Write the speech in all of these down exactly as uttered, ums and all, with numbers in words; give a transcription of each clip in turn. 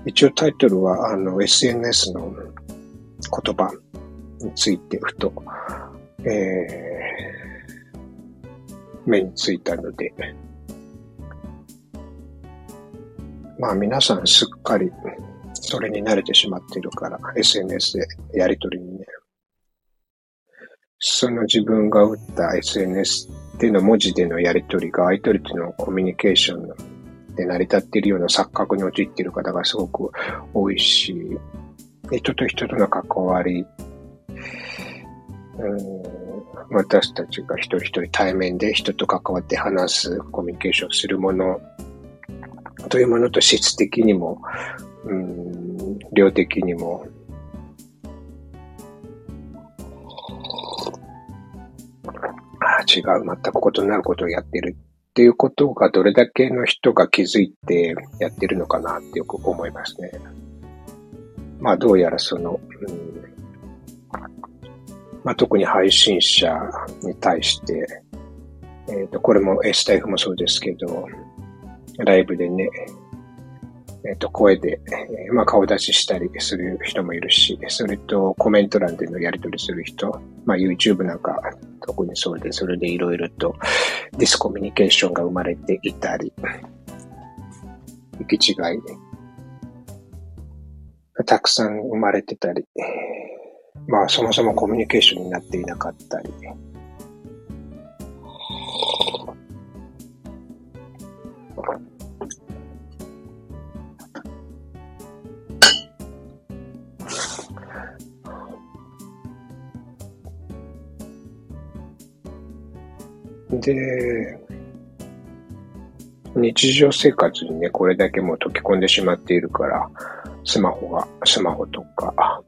一応タイトルは、あの、エスエヌエス の言葉についてふと、えー、目についたので、まあ皆さんすっかりそれに慣れてしまっているから、エスエヌエス でやりとりにね、その自分が打った エスエヌエス での文字でのやりとりが相手とのコミュニケーションで成り立っているような錯覚に陥っている方がすごく多いし、人と人との関わり、うん、私たちが一人一人対面で人と関わって話す、コミュニケーションするものというものと質的にも、うん、量的にも、違う、全く異なることをやっているっていうことがどれだけの人が気づいてやってるのかなってよく思いますね。まあどうやらその、うんまあ、特に配信者に対して、えーと、これもスタイフもそうですけど、ライブでね、えっと、声で、えー、まあ、顔出ししたりする人もいるし、それとコメント欄でのやり取りする人、まあ、YouTube なんか特にそうで、それでいろいろとディスコミュニケーションが生まれていたり、行き違い、たくさん生まれてたり、まあ、そもそもコミュニケーションになっていなかったり、で、日常生活にね、これだけもう溶け込んでしまっているから、スマホが、スマホとか、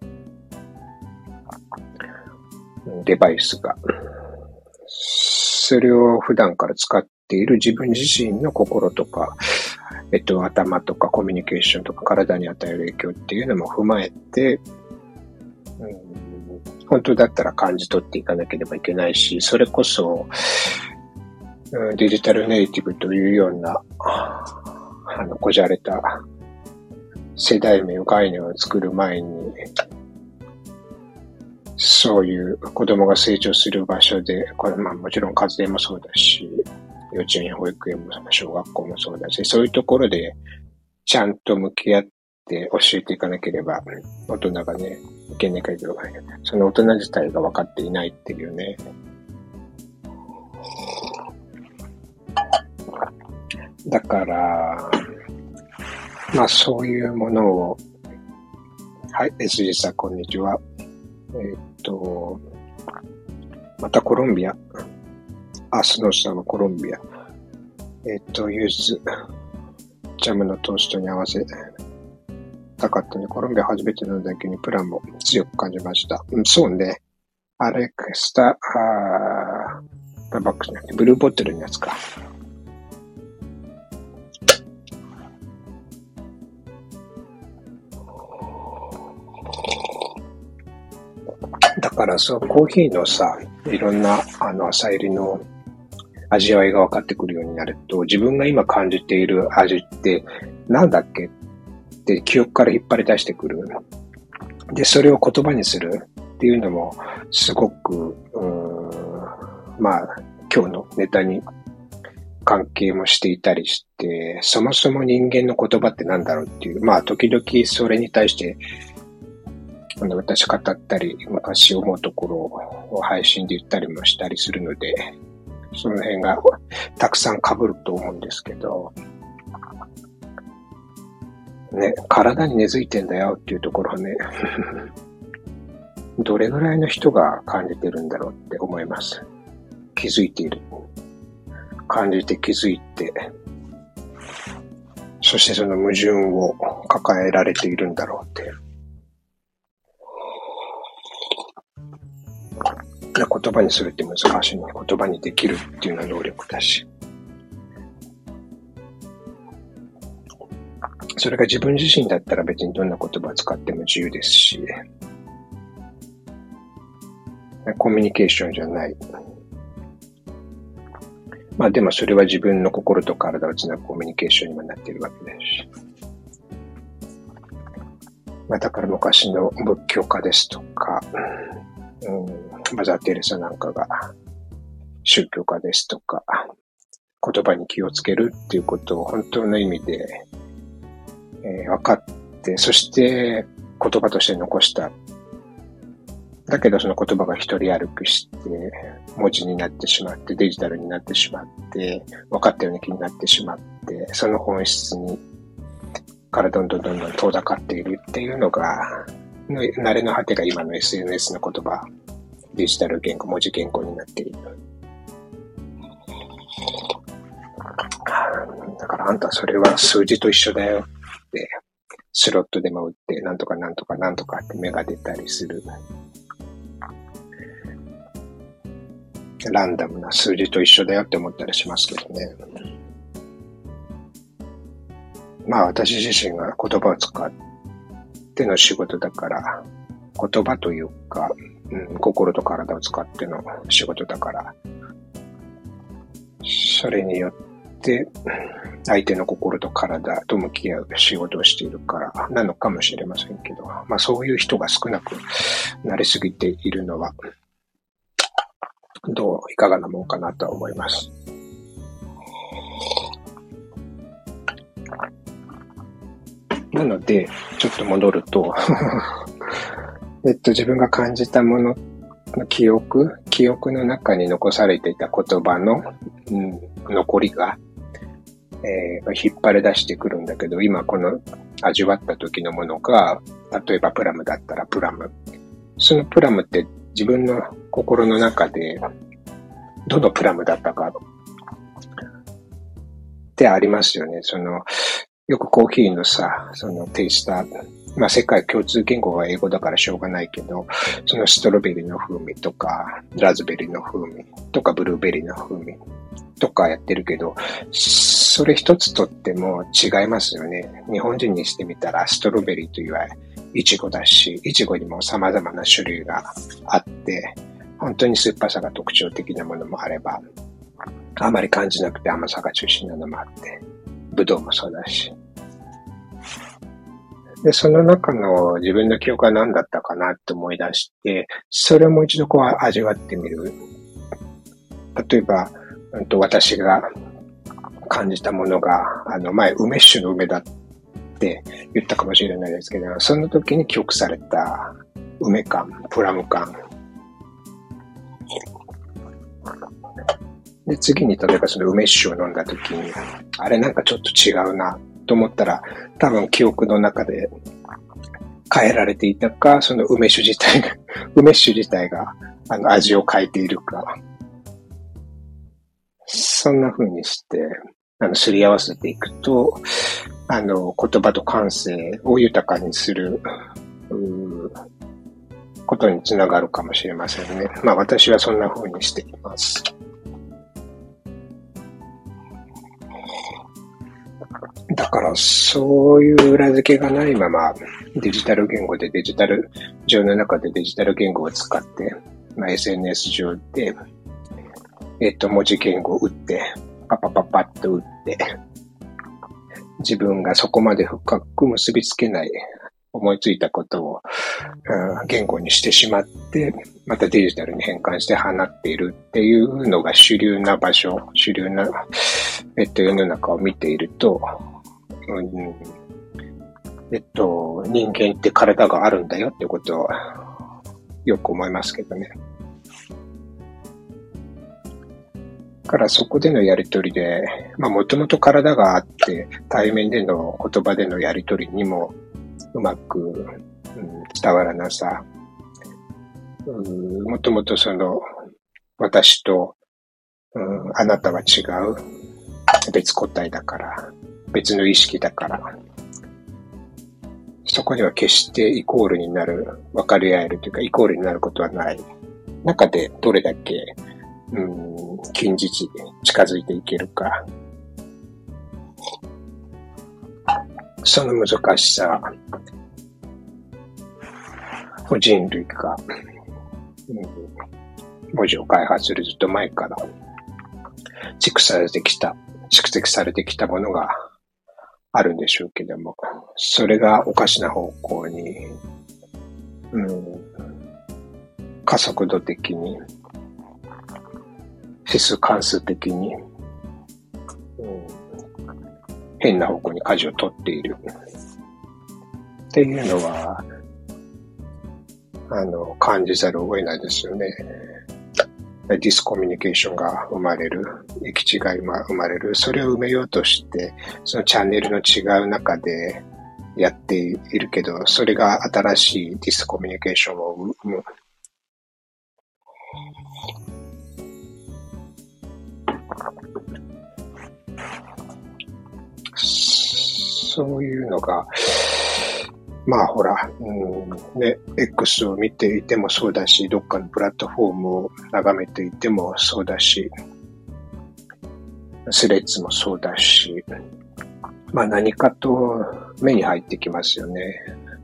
デバイスが、それを普段から使っている自分自身の心とか、えっと、頭とかコミュニケーションとか体に与える影響っていうのも踏まえて、うん、本当だったら感じ取っていかなければいけないし、それこそ、デジタルネイティブというような、あの、こじゃれた世代名、概念を作る前に、そういう子供が成長する場所で、これまあもちろん家庭もそうだし、幼稚園や保育園も小学校もそうだし、そういうところでちゃんと向き合って教えていかなければ、大人がね、いけないけど、その大人自体が分かっていないっていうね。だから、まあそういうものを、はい、エスジー さんこんにちは。えーっと、またコロンビア。あ、スノーさんはコロンビア。えーっと、ユース、ジャムのトーストに合わせたかったね。コロンビア初めてのだけにプランも強く感じました。うん、そうね。アレクスタ、あー、タバックスじゃなくて、ブルーボトルのやつか。だからそう、コーヒーのさ、いろんな、あの、浅入りの味わいが分かってくるようになると、自分が今感じている味ってなんだっけって記憶から引っ張り出してくる。で、それを言葉にするっていうのも、すごく、うーん、まあ、今日のネタに関係もしていたりして、そもそも人間の言葉ってなんだろうっていう、まあ、時々それに対して、あの私語ったり、昔思うところを配信で言ったりもしたりするので、その辺がたくさん被ると思うんですけど、ね、体に根付いてんだよっていうところはね、どれぐらいの人が感じてるんだろうって思います。気づいている。感じて気づいて、そしてその矛盾を抱えられているんだろうって。言葉にするって難しいね。言葉にできるっていうのは能力だし。それが自分自身だったら別にどんな言葉を使っても自由ですし、コミュニケーションじゃない。まあでもそれは自分の心と体をつなぐコミュニケーションにもなっているわけですし。 まあ、だから昔の仏教家ですとか、うん、マザー・テレサなんかが宗教家ですとか、言葉に気をつけるっていうことを本当の意味で、えー、分かって、そして言葉として残した。だけどその言葉が一人歩きして、文字になってしまって、デジタルになってしまって、分かったような気になってしまって、その本質にからどんどんどんどん遠ざかっているっていうのが、の慣れの果てが今の エスエヌエス の言葉、デジタル言語、文字言語になっている。だからあんたそれは数字と一緒だよって、スロットでも打って、なんとかなんとかなんとかって目が出たりする。ランダムな数字と一緒だよって思ったりしますけどね。まあ私自身が言葉を使っての仕事だから、言葉というか、うん、心と体を使っての仕事だから、それによって相手の心と体と向き合う仕事をしているからなのかもしれませんけど、まあそういう人が少なくなりすぎているのはどういかがなもんかなとは思います。なのでちょっと戻るとえっと自分が感じたものの記憶記憶の中に残されていた言葉の、うん、残りが、えー、引っ張り出してくるんだけど、今この味わった時のものが、例えばプラムだったらプラム、そのプラムって自分の心の中でどのプラムだったかってありますよね。そのよくコーヒーのさ、そのテイスター、まあ世界共通言語は英語だからしょうがないけど、そのストロベリーの風味とか、ラズベリーの風味とか、ブルーベリーの風味とかやってるけど、それ一つとっても違いますよね。日本人にしてみたらストロベリーというのはイチゴだし、イチゴにも様々な種類があって、本当に酸っぱさが特徴的なものもあれば、あまり感じなくて甘さが中心なのもあって、ブドウもそうだし。で、その中の自分の記憶は何だったかなって思い出して、それをもう一度こう味わってみる。例えば、うんと、私が感じたものが、あの、前、梅酒の梅だって言ったかもしれないですけど、その時に記憶された梅感、プラム感。で、次に例えばその梅酒を飲んだ時に、あれなんかちょっと違うなと思ったら、多分記憶の中で変えられていたか、その梅酒自体が、梅酒自体があの味を変えているか、そんな風にして、あの、すり合わせていくと、あの、言葉と感性を豊かにする、ことにつながるかもしれませんね。まあ私はそんな風にしています。だからそういう裏付けがないままデジタル言語でデジタル上の中でデジタル言語を使って、まあ、エスエヌエス 上で、えっと、文字言語を打って、パパパパッと打って、自分がそこまで深く結びつけない、思いついたことを、うん、言語にしてしまって、またデジタルに変換して放っているっていうのが主流な場所、主流な、えっと、世の中を見ていると、うん、えっと、人間って体があるんだよってことをよく思いますけどね。だからそこでのやりとりで、まあもともと体があって対面での言葉でのやりとりにもうまく、うん、伝わらなさ、もともとその私と、うん、あなたは違う別個体だから別の意識だからそこには決してイコールになる分かり合えるというかイコールになることはない中でどれだけ、うん、近似値で近づいていけるかその難しさを人類が、うん、文字を開発するずっと前から蓄されてきた蓄積されてきたものがあるんでしょうけども、それがおかしな方向に、うん、加速度的に、指数関数的に、うん、変な方向に舵を取っているっていうのは、あの、感じざるを得ないですよね。ディスコミュニケーションが生まれる、行き違いが生まれる、それを埋めようとして、そのチャンネルの違う中でやっているけど、それが新しいディスコミュニケーションを生む。そういうのが、まあほら、うんね、X を見ていてもそうだし、どっかのプラットフォームを眺めていてもそうだし、スレッズもそうだし、まあ何かと目に入ってきますよね。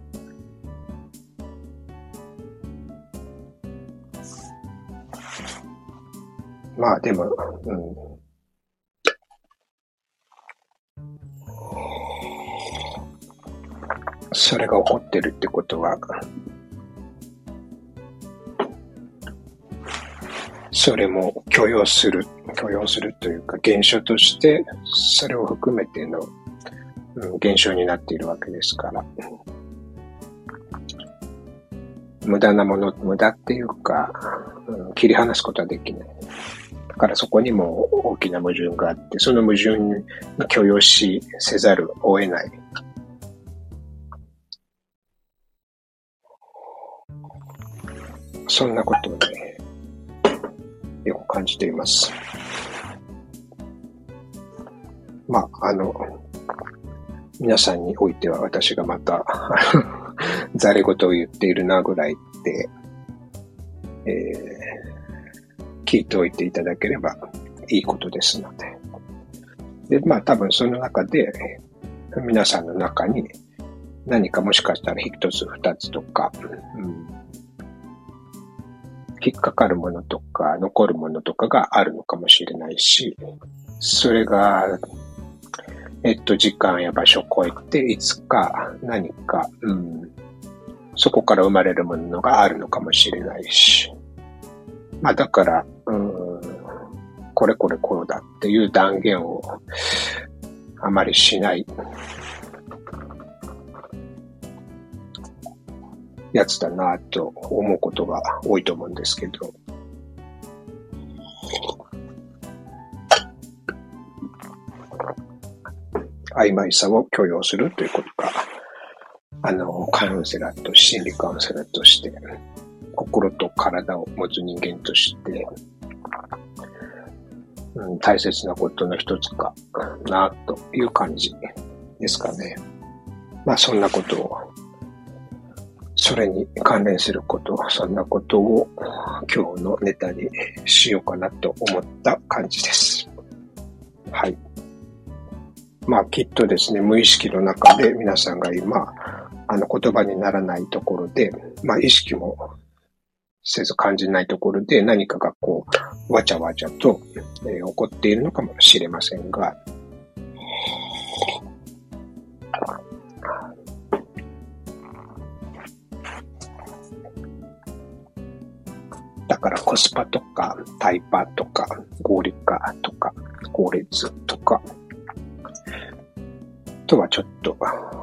まあでも、うん、それが起こってるってことは、それも許容する、許容するというか、現象として、それを含めての、うん、現象になっているわけですから。無駄なもの、無駄っていうか、うん、切り離すことはできない。だからそこにも大きな矛盾があって、その矛盾に許容しせざるを得ない。そんなことをね、よく感じています。まあ、あの、皆さんにおいては私がまた、ざれ言を言っているなぐらいで、えー、聞いておいていただければいいことですので。で、まあ多分その中で、皆さんの中に何かもしかしたら一つ二つとか、うん、引っかかるものとか残るものとかがあるのかもしれないし、それが、えっと、時間や場所を超えていつか何か、うん、そこから生まれるものがあるのかもしれないし、まあだから、うん、これこれこうだっていう断言をあまりしないやつだなと思うことが多いと思うんですけど、曖昧さを許容するということが、あの、カウンセラーと心理カウンセラーとして、心と体を持つ人間として、うん、大切なことの一つかなという感じですかね。まあそんなことを、それに関連すること、そんなことを今日のネタにしようかなと思った感じです。はい。まあきっとですね、無意識の中で皆さんが今、あの言葉にならないところで、まあ意識もせず感じないところで何かがこう、わちゃわちゃと、えー、起こっているのかもしれませんが、だからコスパとかタイパとか合理化とか効率とかとはちょっと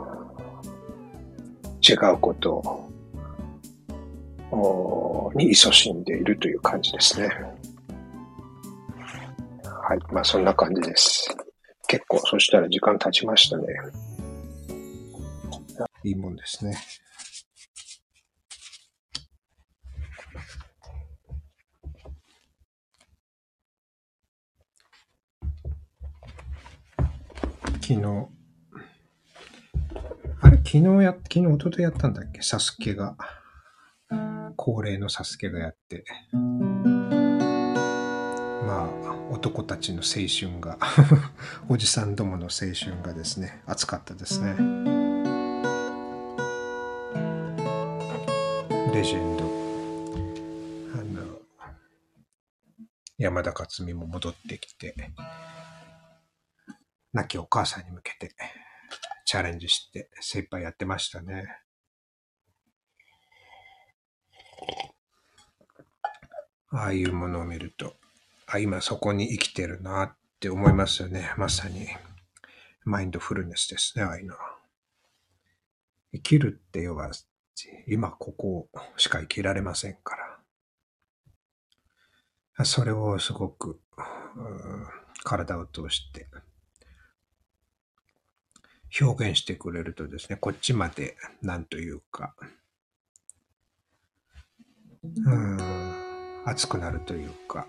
違うことに勤しんでいるという感じですね。はい。まあそんな感じです。結構、そしたら時間経ちましたね。いいもんですね。昨日、あれ昨日や、昨日、一昨日やったんだっけサスケが。恒例のサスケがやって。まあ、男たちの青春が、おじさんどもの青春がですね、熱かったですね。レジェンド。あの、山田勝美も戻ってきて、亡きお母さんに向けて、 チャレンジして精一杯やってましたね。ああいうものを見ると、あ、今そこに生きてるなって思いますよね。まさにマインドフルネスですね、ああいうのは。生きるって要は、今ここしか生きられませんから。それをすごく、体を通して表現してくれるとですね、こっちまで、なんというか、うん、熱くなるというか、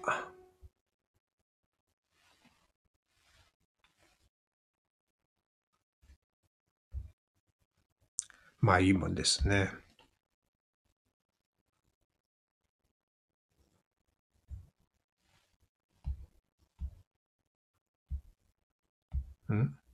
まあいいもんですね。ん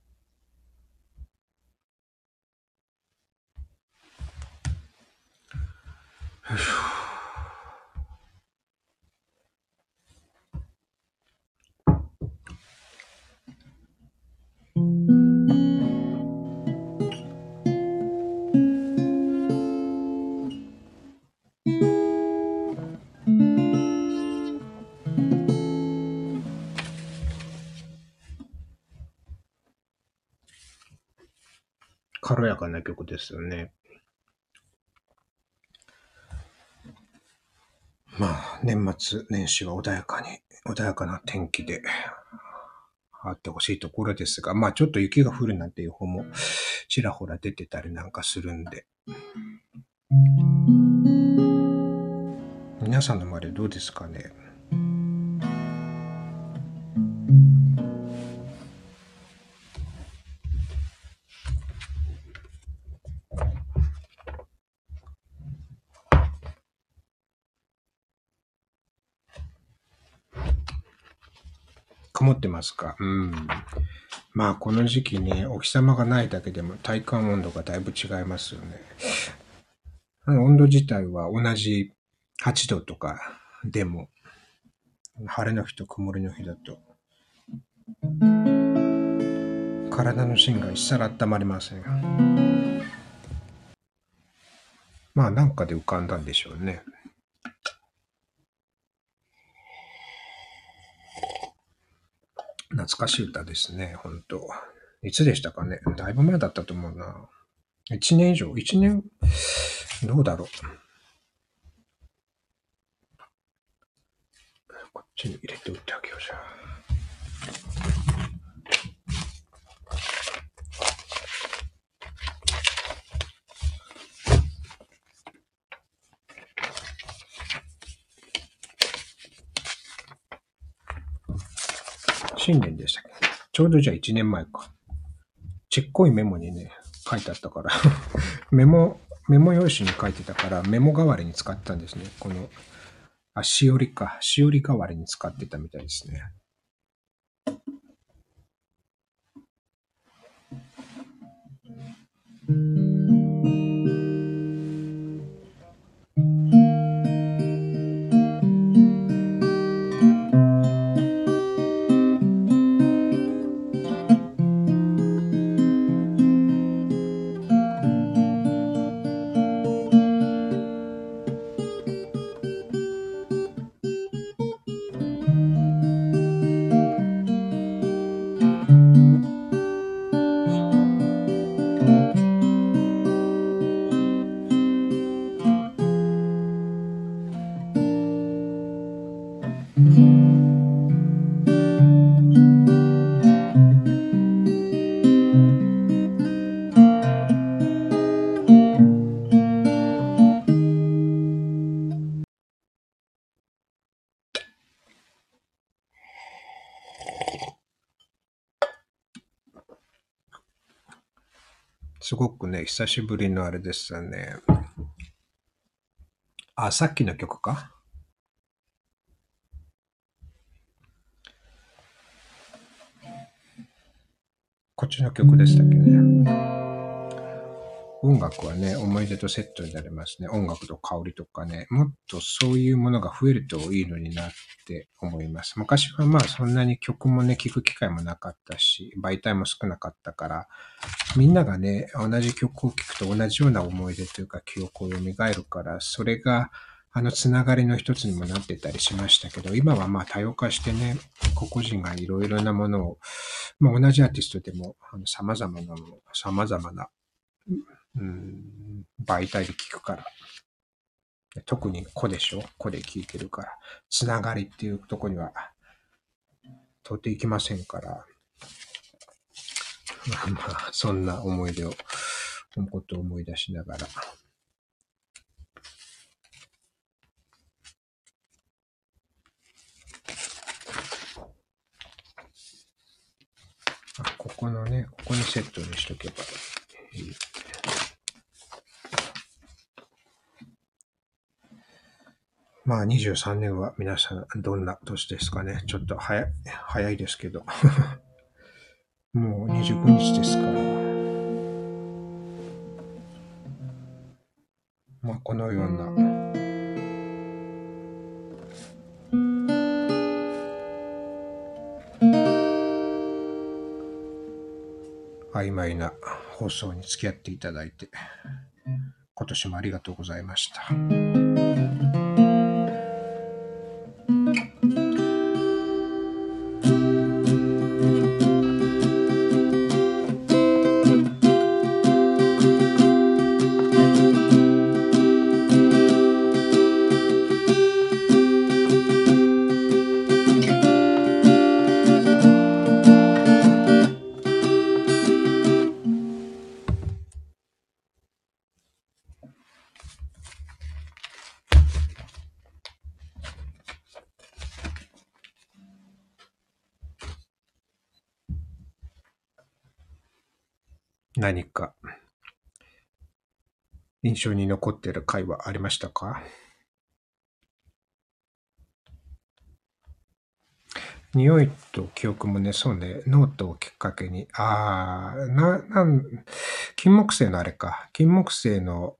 軽やかな曲ですよね。まあ、年末年始は穏やかに、穏やかな天気であってほしいところですが、まあちょっと雪が降るなんていう方もちらほら出てたりなんかするんで、皆さんの周りどうですかね。曇ってますか？うん。まあこの時期にお日様がないだけでも体感温度がだいぶ違いますよね。温度自体は同じはちどとかでも、晴れの日と曇りの日だと、体の芯が一切温まりません。まあなんかで浮かんだんでしょうね。懐かしい歌ですね、本当。いつでしたかね。だいぶ前だったと思うな。一年以上、一年、どうだろう。こっちに入れておいてあげようじゃん。新年でしたっけ？ちょうどじゃあいちねんまえか。ちっこいメモにね、書いてあったからメモ、メモ用紙に書いてたからメモ代わりに使ってたんですね。この、あ、しおりか。しおり代わりに使ってたみたいですね。すごくね、久しぶりのあれですよね。あ、さっきの曲か？こっちの曲でしたっけね。 音楽はね、思い出とセットになりますね。音楽と香りとかね、もっとそういうものが増えるといいのになって思います。昔はまあそんなに曲もね、聴く機会もなかったし、媒体も少なかったから、みんながね、同じ曲を聴くと同じような思い出というか記憶を蘇るから、それがあのつながりの一つにもなってたりしましたけど、今はまあ多様化してね、個々人がいろいろなものを、まあ、同じアーティストでもあの様々なもの、様々な、うん、媒体で聞くから、特に個でしょ、個で聞いてるから、つながりっていうところには到底いきませんから、まあ、そんな思い出を、ことを思い出しながら、ここのね、ここにセットにしとけばいい。まあにじゅうさんねんは皆さんどんな年ですかね。ちょっと早い、早いですけど。もうにじゅうくにちですから。まあこのような曖昧な放送に付き合っていただいて、今年もありがとうございました。何か印象に残っている回はありましたか？匂いと記憶もね、そうね、ノートをきっかけに、ああ、な、なん、金木犀のあれか、金木犀の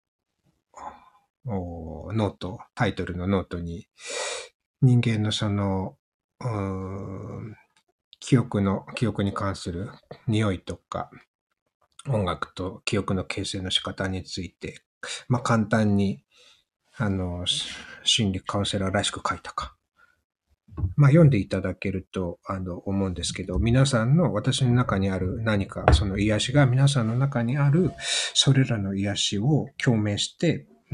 おノート、タイトルのノートに、人間のその、うーん、記憶の、記憶に関する匂いとか、音楽と記憶の形成の仕方について、まあ簡単に、あの、心理カウンセラーらしく書いたか。まあ読んでいただけると、あの、思うんですけど、皆さんの、私の中にある何か、その癒しが皆さんの中にある、それらの癒しを共鳴して、うん、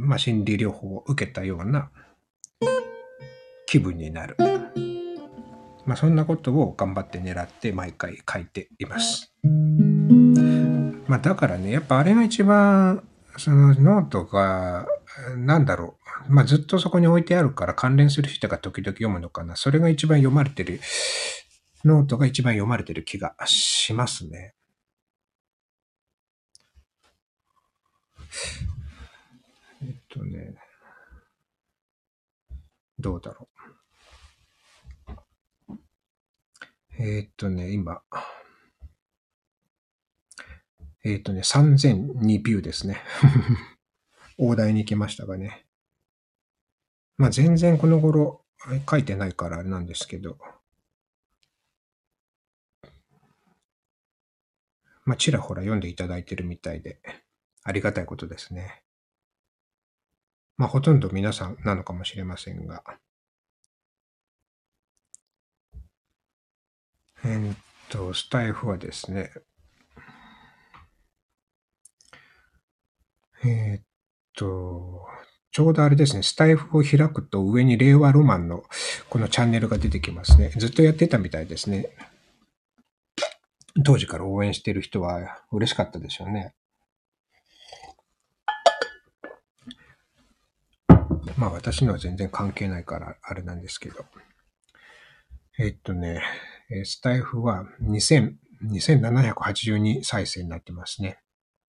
まあ心理療法を受けたような気分になる。まあそんなことを頑張って狙って毎回書いています。まあだからね、やっぱあれが一番、そのノートが、なんだろう。まあずっとそこに置いてあるから関連する人が時々読むのかな。それが一番読まれてる、ノートが一番読まれてる気がしますね。えっとね、どうだろう。えっとね、今、えっとね、さんぜんにビューですね。大台に行きましたがね。まあ全然この頃書いてないからあれなんですけど、まあちらほら読んでいただいてるみたいで、ありがたいことですね。まあほとんど皆さんなのかもしれませんが。えーっと、スタイフはですね、えーっと、ちょうどあれですね、スタイフを開くと上に令和ロマンのこのチャンネルが出てきますね。ずっとやってたみたいですね。当時から応援してる人は嬉しかったでしょうね。まあ私のは全然関係ないからあれなんですけど。えーっとね、スタイフはにせん、にせんななひゃくはちじゅうに再生になってますね。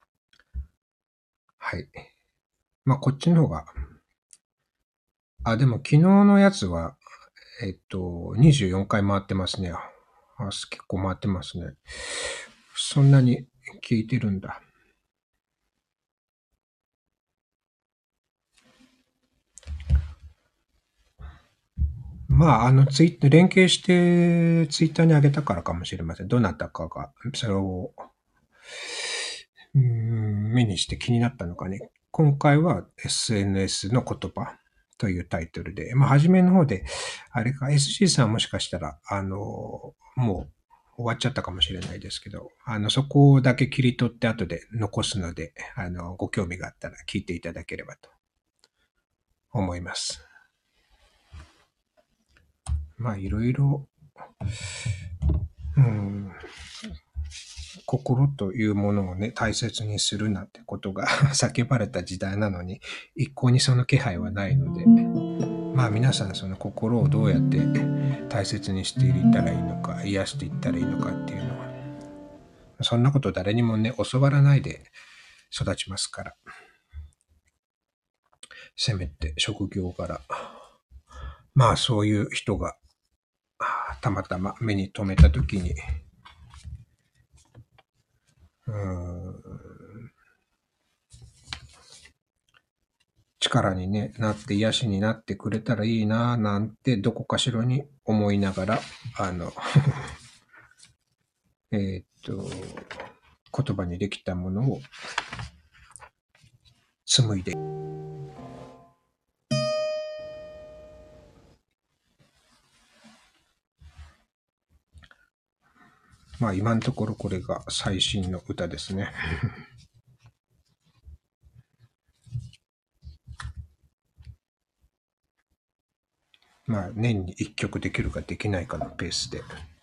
はい。まあこっちの方が、あ、でも昨日のやつは、えっと、にじゅうよんかい回ってますね。あ、結構回ってますね。そんなに聞いてるんだ。 まあ、あの、ツイ連携してツイッターに上げたからかもしれません。どなたかが、それを、うーん、目にして気になったのかね。今回は エスエヌエス の言葉というタイトルで、まあ、初めの方で、あれか、エスジー さんはもしかしたら、あの、もう終わっちゃったかもしれないですけど、あの、そこだけ切り取って後で残すので、あの、ご興味があったら聞いていただければと思います。まあ、いろいろ、うん、心というものをね、大切にするなんてことが叫ばれた時代なのに、一向にその気配はないので、まあ皆さんその心をどうやって大切にしていったらいいのか、癒していったらいいのかっていうのは、そんなこと誰にもね、教わらないで育ちますから、せめて職業柄、まあそういう人がたまたま目に留めたときに、うーん力に、ね、なって癒しになってくれたらいいなぁなんてどこかしらに思いながら、あの、えーっと、言葉にできたものを紡いで、まあ今のところこれが最新の歌ですね。まあ年に一曲できるかできないかのペースで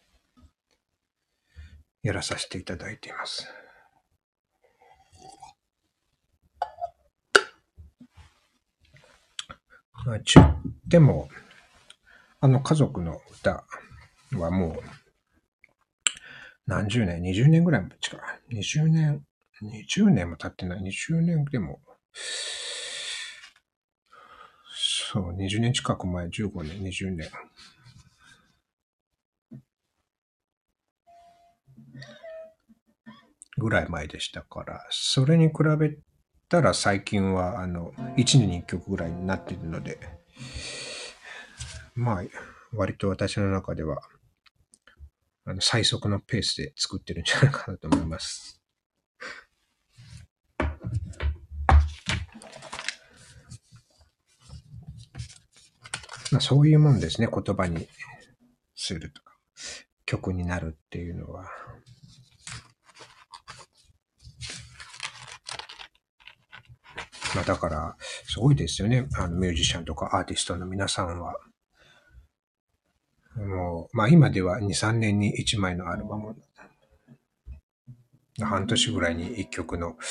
やらさせていただいています。まあ、ちゅでも、あの家族の歌はもう何十年、にじゅうねんぐらいも違う。にじゅうねん、にじゅうねんも経ってない。にじゅうねんでも、そう、にじゅうねん近く前、じゅうごねん、にじゅうねんぐらい前でしたから、それに比べたら最近は、あの、いちねんにいっきょくぐらいになっているので、まあ、割と私の中では、あの最速のペースで作ってるんじゃないかなと思います。まあ、そういうもんですね、言葉にするとか、曲になるっていうのは。まあ、だから、すごいですよね。あのミュージシャンとかアーティストの皆さんは。もう、まあ今ではに、さんねんにいちまいのアルバム、半年ぐらいにいっきょくの、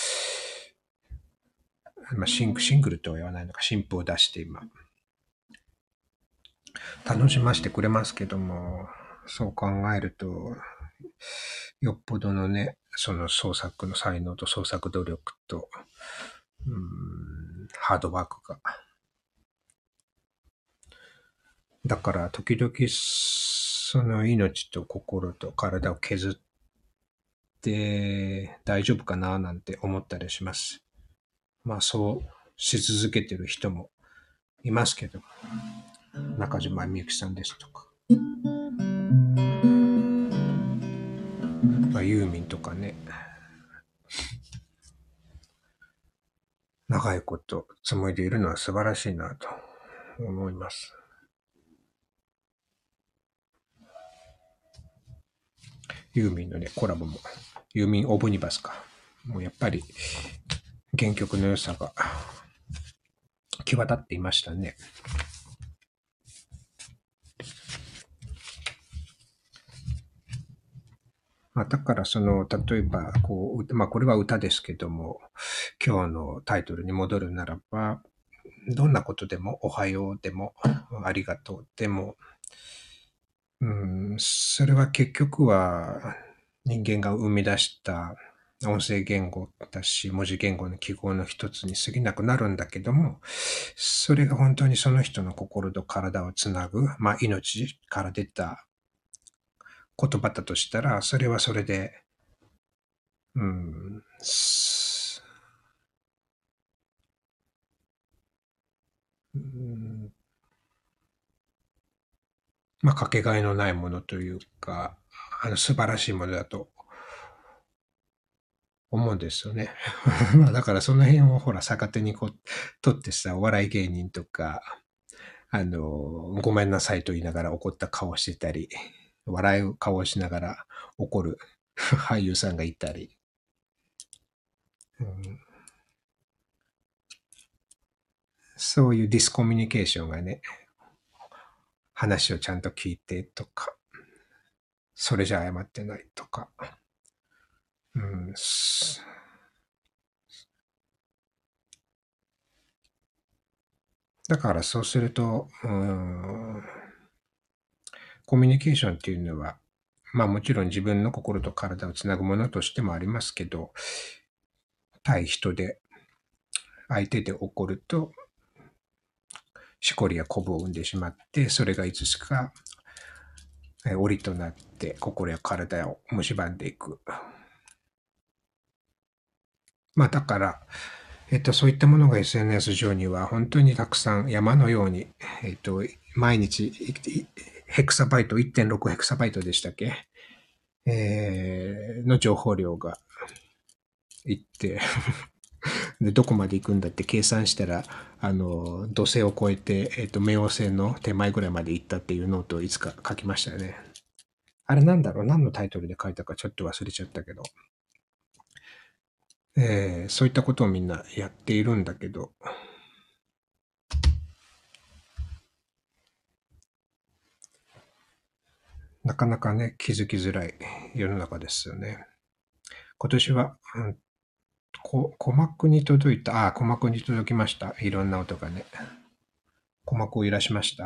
まあ、シンシングルとは言わないのか、新譜を出して今、楽しませてくれますけども、そう考えると、よっぽどのね、その創作の才能と創作努力と、うーん、ハードワークが。だから時々、その命と心と体を削って大丈夫かななんて思ったりします。まあそうし続けてる人もいますけど、中島みゆきさんですとか、まあ、ユーミンとかね、長いこと紡いでいるのは素晴らしいなと思います。ユーミンのね、コラボも、ユーミンオブニバスか。もうやっぱり原曲の良さが際立っていましたね。まあ、だからその、例えば、こう、まあこれは歌ですけども、今日のタイトルに戻るならば、どんなことでも、おはようでも、ありがとうでも、うん、それは結局は人間が生み出した音声言語だし、文字言語の記号の一つに過ぎなくなるんだけども、それが本当にその人の心と体をつなぐ、まあ命から出た言葉だとしたら、それはそれで、うん、うんまあ、かけがえのないものというか、あの、素晴らしいものだと思うんですよね。まあ、だからその辺をほら、逆手にこう、取ってさ、お笑い芸人とか、あの、ごめんなさいと言いながら怒った顔してたり、笑う顔をしながら怒る俳優さんがいたり、うん、そういうディスコミュニケーションがね、話をちゃんと聞いてとか、それじゃ謝ってないとか、うん、だからそうすると、うん、コミュニケーションっていうのは、まあもちろん自分の心と体をつなぐものとしてもありますけど、対人で相手で起こると、しこりやコブを生んでしまって、それがいつしか檻となって心や体を蝕んでいく。まあだから、えっと、そういったものが エスエヌエス 上には本当にたくさん山のように、えっと、毎日ヘクサバイト、いってんろくヘクサバイトでしたっけ、えーの情報量がいってで、どこまで行くんだって計算したら、あの、土星を越えて、えっと、冥王星の手前ぐらいまで行ったっていうノートをいつか書きましたよね。あれなんだろう、何のタイトルで書いたかちょっと忘れちゃったけど、えーそういったことをみんなやっているんだけど、なかなかね、気づきづらい世の中ですよね。今年は、うん、こ鼓膜に届いた、ああ、鼓膜に届きました。いろんな音がね。鼓膜を揺らしました。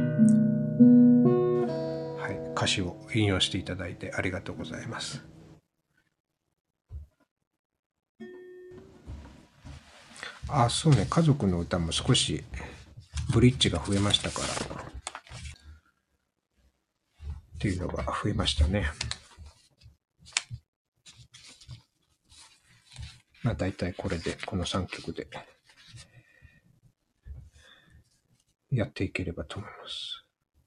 はい、歌詞を引用していただいてありがとうございます。あ、そうね、家族の歌も少しブリッジが増えましたから、っていうのが増えましたね。まあ大体これで、このさんきょくでやっていければと思います。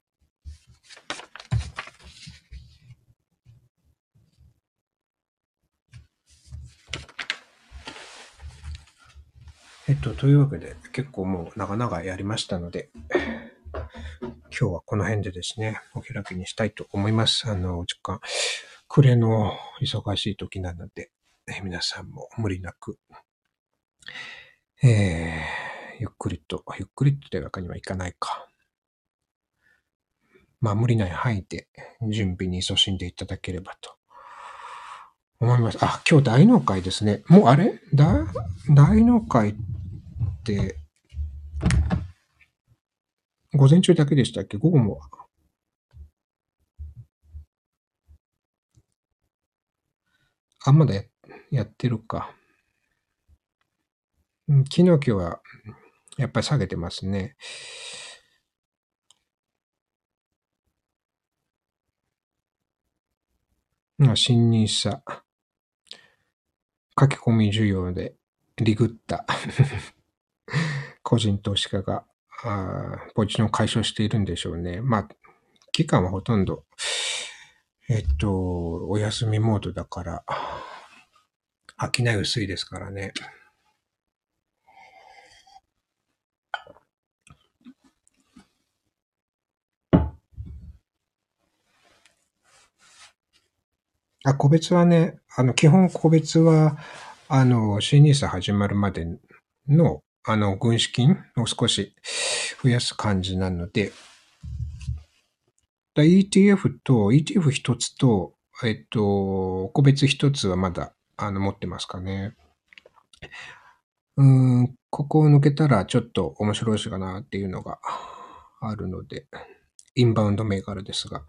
えっと、というわけで、結構もう長々やりましたので、今日はこの辺でですね、お開きにしたいと思います。あの、時間、暮れの忙しい時なので、え皆さんも無理なく、えー、ゆっくりと、ゆっくりとというわけにはいかないか。まあ、無理ない範囲で準備に勤しんでいただければと思います。あ、今日大納会ですね。もうあれ大、大納会って、午前中だけでしたっけ？午後も。あ、まだややってるか。うん、昨日今日はやっぱり下げてますね。まあ、新ニーサ書き込み需要でリグった個人投資家があポジションを解消しているんでしょうね。まあ、期間はほとんど、えっと、お休みモードだから、商い薄いですからね。あ、個別はね、あの、基本個別は、あの、新ニーサ始まるまでの、あの、軍資金を少し増やす感じなので、だ イーティーエフ と、イーティーエフ 一つと、えっと、個別一つはまだ、あの、持ってますかね。うーん、ここを抜けたらちょっと面白いしかなっていうのがあるので、インバウンド銘柄ですが。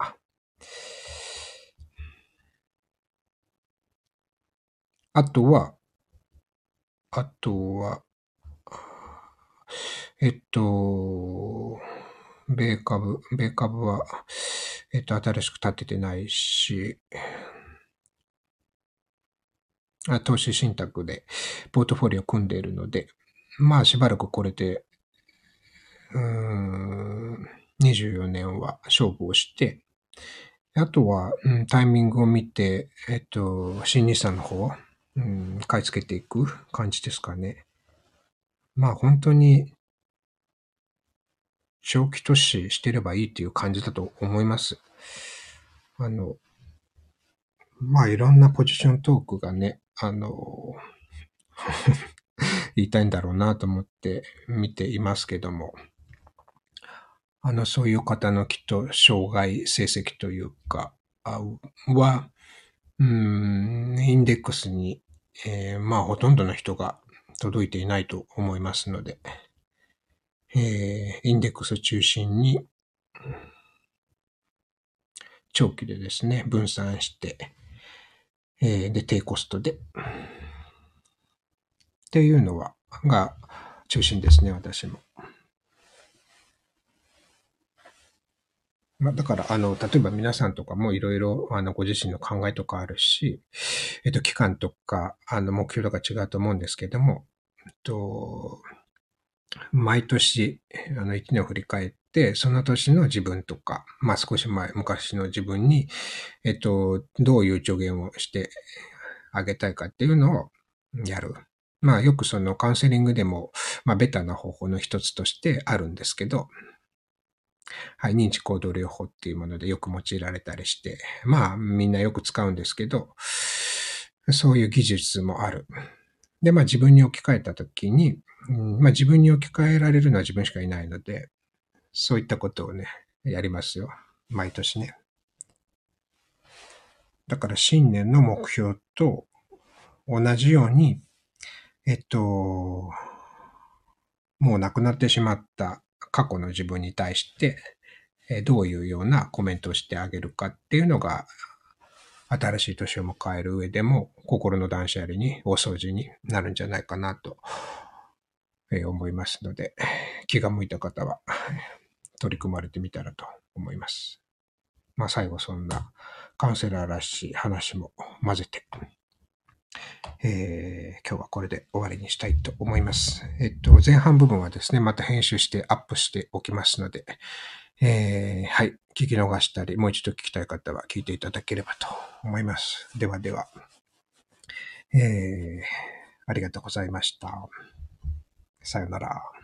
あとは、あとは、えっと、米株、米株は、えっと、新しく立ててないし、あ投資信託でポートフォリオ組んでいるので、まあしばらくこれで、うーん、 にじゅうよねんは勝負をして、あとは、うん、タイミングを見て、えっと、新日産の方、うん、買い付けていく感じですかね。まあ本当に長期投資してればいいっていう感じだと思います。あの、まあいろんなポジショントークがね、あの、言いたいんだろうなと思って見ていますけども、あの、そういう方のきっと障害成績というか、あは、うーん、インデックスに、えーまあほとんどの人が届いていないと思いますので、えーインデックス中心に長期でですね、分散して、えーで、低コストで、っていうのは、が中心ですね、私も。まあ、だから、あの、例えば皆さんとかもいろいろ、あの、ご自身の考えとかあるし、えっと、期間とか、あの、目標とか違うと思うんですけども、えっと、毎年、あの、一年を振り返って、その年の自分とか、まあ少し前、昔の自分に、えっと、どういう助言をしてあげたいかっていうのをやる。まあよくそのカウンセリングでも、まあベタな方法の一つとしてあるんですけど、はい、認知行動療法っていうものでよく用いられたりして、まあみんなよく使うんですけど、そういう技術もある。で、まあ自分に置き換えたときに、うん、まあ自分に置き換えられるのは自分しかいないので、そういったことをね、やりますよ。毎年ね。だから新年の目標と同じように、えっと、もう亡くなってしまった過去の自分に対して、えどういうようなコメントをしてあげるかっていうのが、新しい年を迎える上でも、心の断捨離に、大掃除になるんじゃないかなと思いますので、気が向いた方は取り組まれてみたらと思います。まあ最後そんなカウンセラーらしい話も混ぜて、えー、今日はこれで終わりにしたいと思います。えっと、前半部分はですね、また編集してアップしておきますので、えー、はい。聞き逃したり、もう一度聞きたい方は聞いていただければと思います。ではでは、えー、ありがとうございました。さよなら。